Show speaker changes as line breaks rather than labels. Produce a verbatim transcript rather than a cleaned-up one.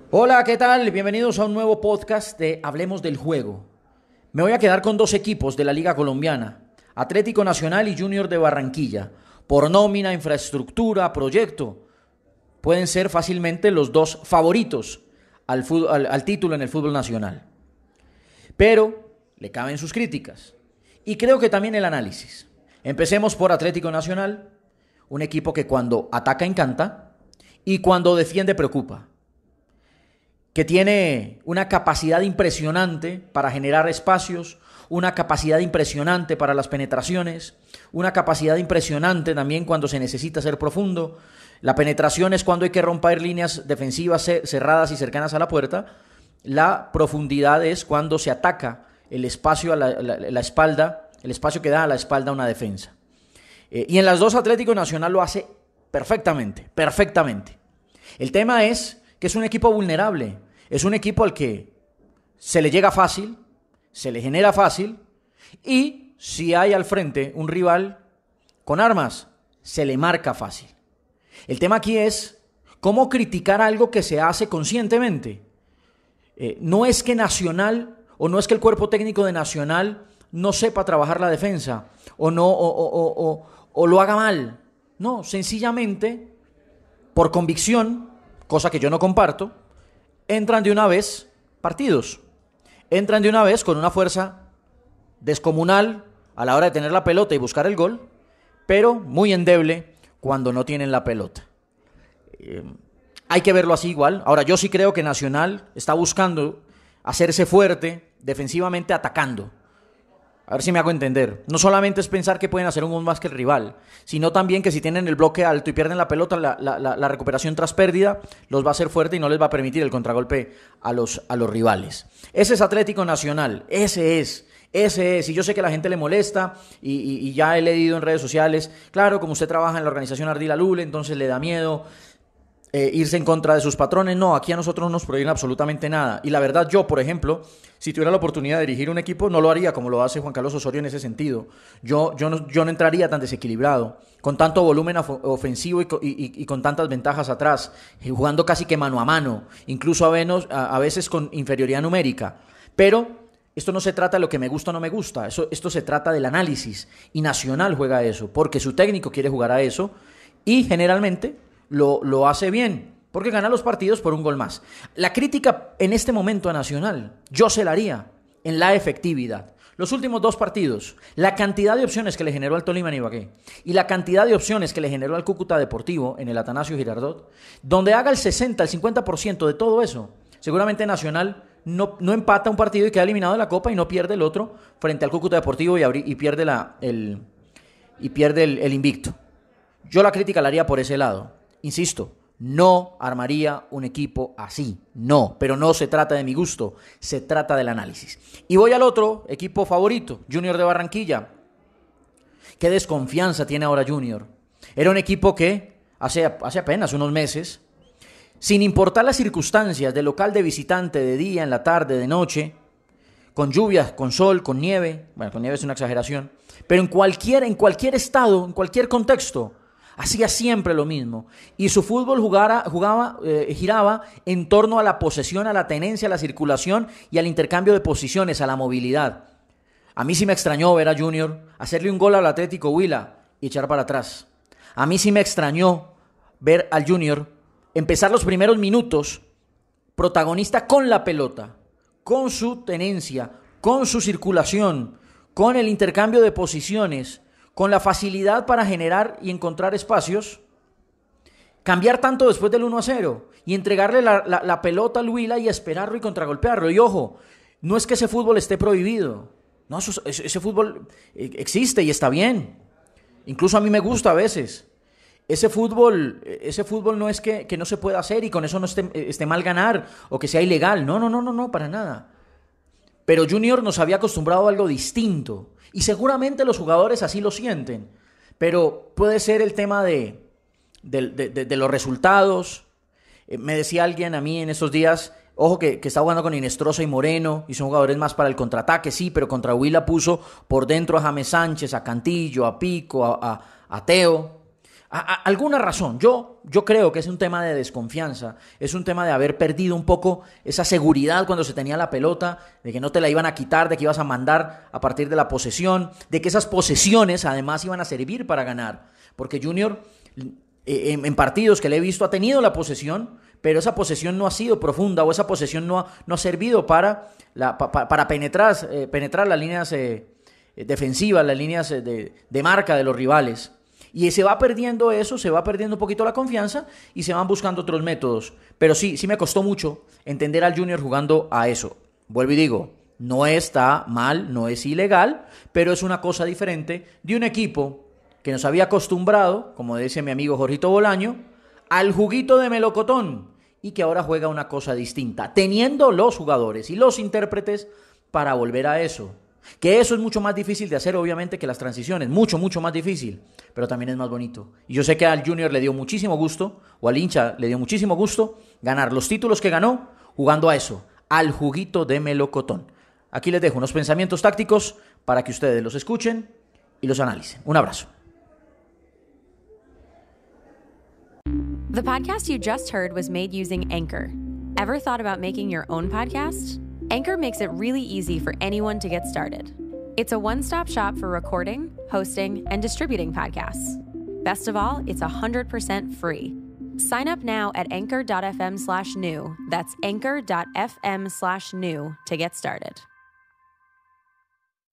Hola, ¿qué tal? Bienvenidos a un nuevo podcast de Hablemos del Juego. Me voy a quedar con dos equipos de la Liga Colombiana, Atlético Nacional y Junior de Barranquilla. Por nómina, infraestructura, proyecto, pueden ser fácilmente los dos favoritos al, fútbol, al, al título en el fútbol nacional. Pero le caben sus críticas y creo que también el análisis. Empecemos por Atlético Nacional, un equipo que cuando ataca encanta y cuando defiende preocupa, que tiene una capacidad impresionante para generar espacios, una capacidad impresionante para las penetraciones, una capacidad impresionante también cuando se necesita ser profundo. La penetración es cuando hay que romper líneas defensivas cerradas y cercanas a la puerta. La profundidad es cuando se ataca el espacio a la, la, la espalda, el espacio que da a la espalda a una defensa. Eh, y en las dos Atlético Nacional lo hace perfectamente, perfectamente. El tema es que es un equipo vulnerable, es un equipo al que se le llega fácil, se le genera fácil, y si hay al frente un rival con armas, se le marca fácil. El tema aquí es cómo criticar algo que se hace conscientemente. Eh, no es que Nacional, o no es que el cuerpo técnico de Nacional no sepa trabajar la defensa, o, no, o, o, o, o, o lo haga mal. No, sencillamente, por convicción, cosa que yo no comparto, entran de una vez partidos. Entran de una vez con una fuerza descomunal a la hora de tener la pelota y buscar el gol, pero muy endeble cuando no tienen la pelota. Eh, hay que verlo así igual. Ahora, yo sí creo que Nacional está buscando hacerse fuerte defensivamente atacando. A ver si me hago entender. No solamente es pensar que pueden hacer un gol más que el rival, sino también que si tienen el bloque alto y pierden la pelota, la, la, la, la recuperación tras pérdida los va a hacer fuerte y no les va a permitir el contragolpe a los, a los rivales. Ese es Atlético Nacional, ese es, ese es. Y yo sé que a la gente le molesta y, y, y ya he leído en redes sociales, claro, como usted trabaja en la organización Ardila Lule, entonces le da miedo Eh, irse en contra de sus patrones. No, aquí a nosotros no nos prohíben absolutamente nada. Y la verdad, yo, por ejemplo, si tuviera la oportunidad de dirigir un equipo, no lo haría como lo hace Juan Carlos Osorio en ese sentido. Yo, yo, no, yo no entraría tan desequilibrado, con tanto volumen ofensivo y, y, y con tantas ventajas atrás, jugando casi que mano a mano, incluso a, menos, a, a veces con inferioridad numérica. Pero esto no se trata de lo que me gusta o no me gusta, eso, esto se trata del análisis. Y Nacional juega a eso, porque su técnico quiere jugar a eso y generalmente Lo, lo hace bien, porque gana los partidos por un gol más. La crítica en este momento a Nacional, yo se la haría en la efectividad. Los últimos dos partidos, la cantidad de opciones que le generó al Tolima en Ibagué y la cantidad de opciones que le generó al Cúcuta Deportivo en el Atanasio Girardot, donde haga el sesenta, el cincuenta por ciento de todo eso, seguramente Nacional no, no empata un partido y queda eliminado de la Copa y no pierde el otro frente al Cúcuta Deportivo y, abri, y pierde, la, el, y pierde el, el invicto. Yo la crítica la haría por ese lado. Insisto, no armaría un equipo así, no, pero no se trata de mi gusto, se trata del análisis. Y voy al otro equipo favorito, Junior de Barranquilla. Qué desconfianza tiene ahora Junior. Era un equipo que hace, hace apenas unos meses, sin importar las circunstancias de local, de visitante, de día, en la tarde, de noche, con lluvia, con sol, con nieve, bueno, con nieve es una exageración, pero en cualquier, en cualquier estado, en cualquier contexto, hacía siempre lo mismo. Y su fútbol jugara, jugaba, eh, giraba en torno a la posesión, a la tenencia, a la circulación y al intercambio de posiciones, a la movilidad. A mí sí me extrañó ver a Junior hacerle un gol al Atlético Huila y echar para atrás. A mí sí me extrañó ver al Junior empezar los primeros minutos protagonista con la pelota, con su tenencia, con su circulación, con el intercambio de posiciones, con la facilidad para generar y encontrar espacios, cambiar tanto después del uno a cero y entregarle la, la, la pelota al Huila y esperarlo y contragolpearlo. Y ojo, no es que ese fútbol esté prohibido, no, eso, ese, ese fútbol existe y está bien, incluso a mí me gusta a veces. Ese fútbol, ese fútbol no es que, que no se pueda hacer y con eso no esté, esté mal ganar o que sea ilegal, no, no, no, no, no, para nada. Pero Junior nos había acostumbrado a algo distinto. Y seguramente los jugadores así lo sienten. Pero puede ser el tema de, de, de, de, de los resultados. Eh, me decía alguien a mí en estos días, ojo que, que está jugando con Inestrosa y Moreno, y son jugadores más para el contraataque, sí, pero contra Huila puso por dentro a James Sánchez, a Cantillo, a Pico, a, a, a Teo. A, a, alguna razón. Yo, yo creo que es un tema de desconfianza, es un tema de haber perdido un poco esa seguridad cuando se tenía la pelota, de que no te la iban a quitar, de que ibas a mandar a partir de la posesión, de que esas posesiones además iban a servir para ganar. Porque Junior, eh, en, en partidos que le he visto, ha tenido la posesión, pero esa posesión no ha sido profunda o esa posesión no ha, no ha servido para, la, pa, pa, para penetrar, eh, penetrar las líneas eh, defensivas, las líneas de, de marca de los rivales. Y se va perdiendo eso, se va perdiendo un poquito la confianza y se van buscando otros métodos. Pero sí, sí me costó mucho entender al Junior jugando a eso. Vuelvo y digo, no está mal, no es ilegal, pero es una cosa diferente de un equipo que nos había acostumbrado, como dice mi amigo Jorgito Bolaño, al juguito de melocotón y que ahora juega una cosa distinta, teniendo los jugadores y los intérpretes para volver a eso. Que eso es mucho más difícil de hacer, obviamente, que las transiciones. Mucho, mucho más difícil. Pero también es más bonito. Y yo sé que al Junior le dio muchísimo gusto, o al hincha le dio muchísimo gusto, ganar los títulos que ganó jugando a eso, al juguito de melocotón. Aquí les dejo unos pensamientos tácticos para que ustedes los escuchen y los analicen. Un abrazo.
The podcast you just heard was made using Anchor. Ever thought about making your own podcast? Anchor makes it really easy for anyone to get started. It's a one-stop shop for recording, hosting, and distributing podcasts. Best of all, it's one hundred percent free. Sign up now at anchor.fm slash new. That's anchor.fm slash new to get started.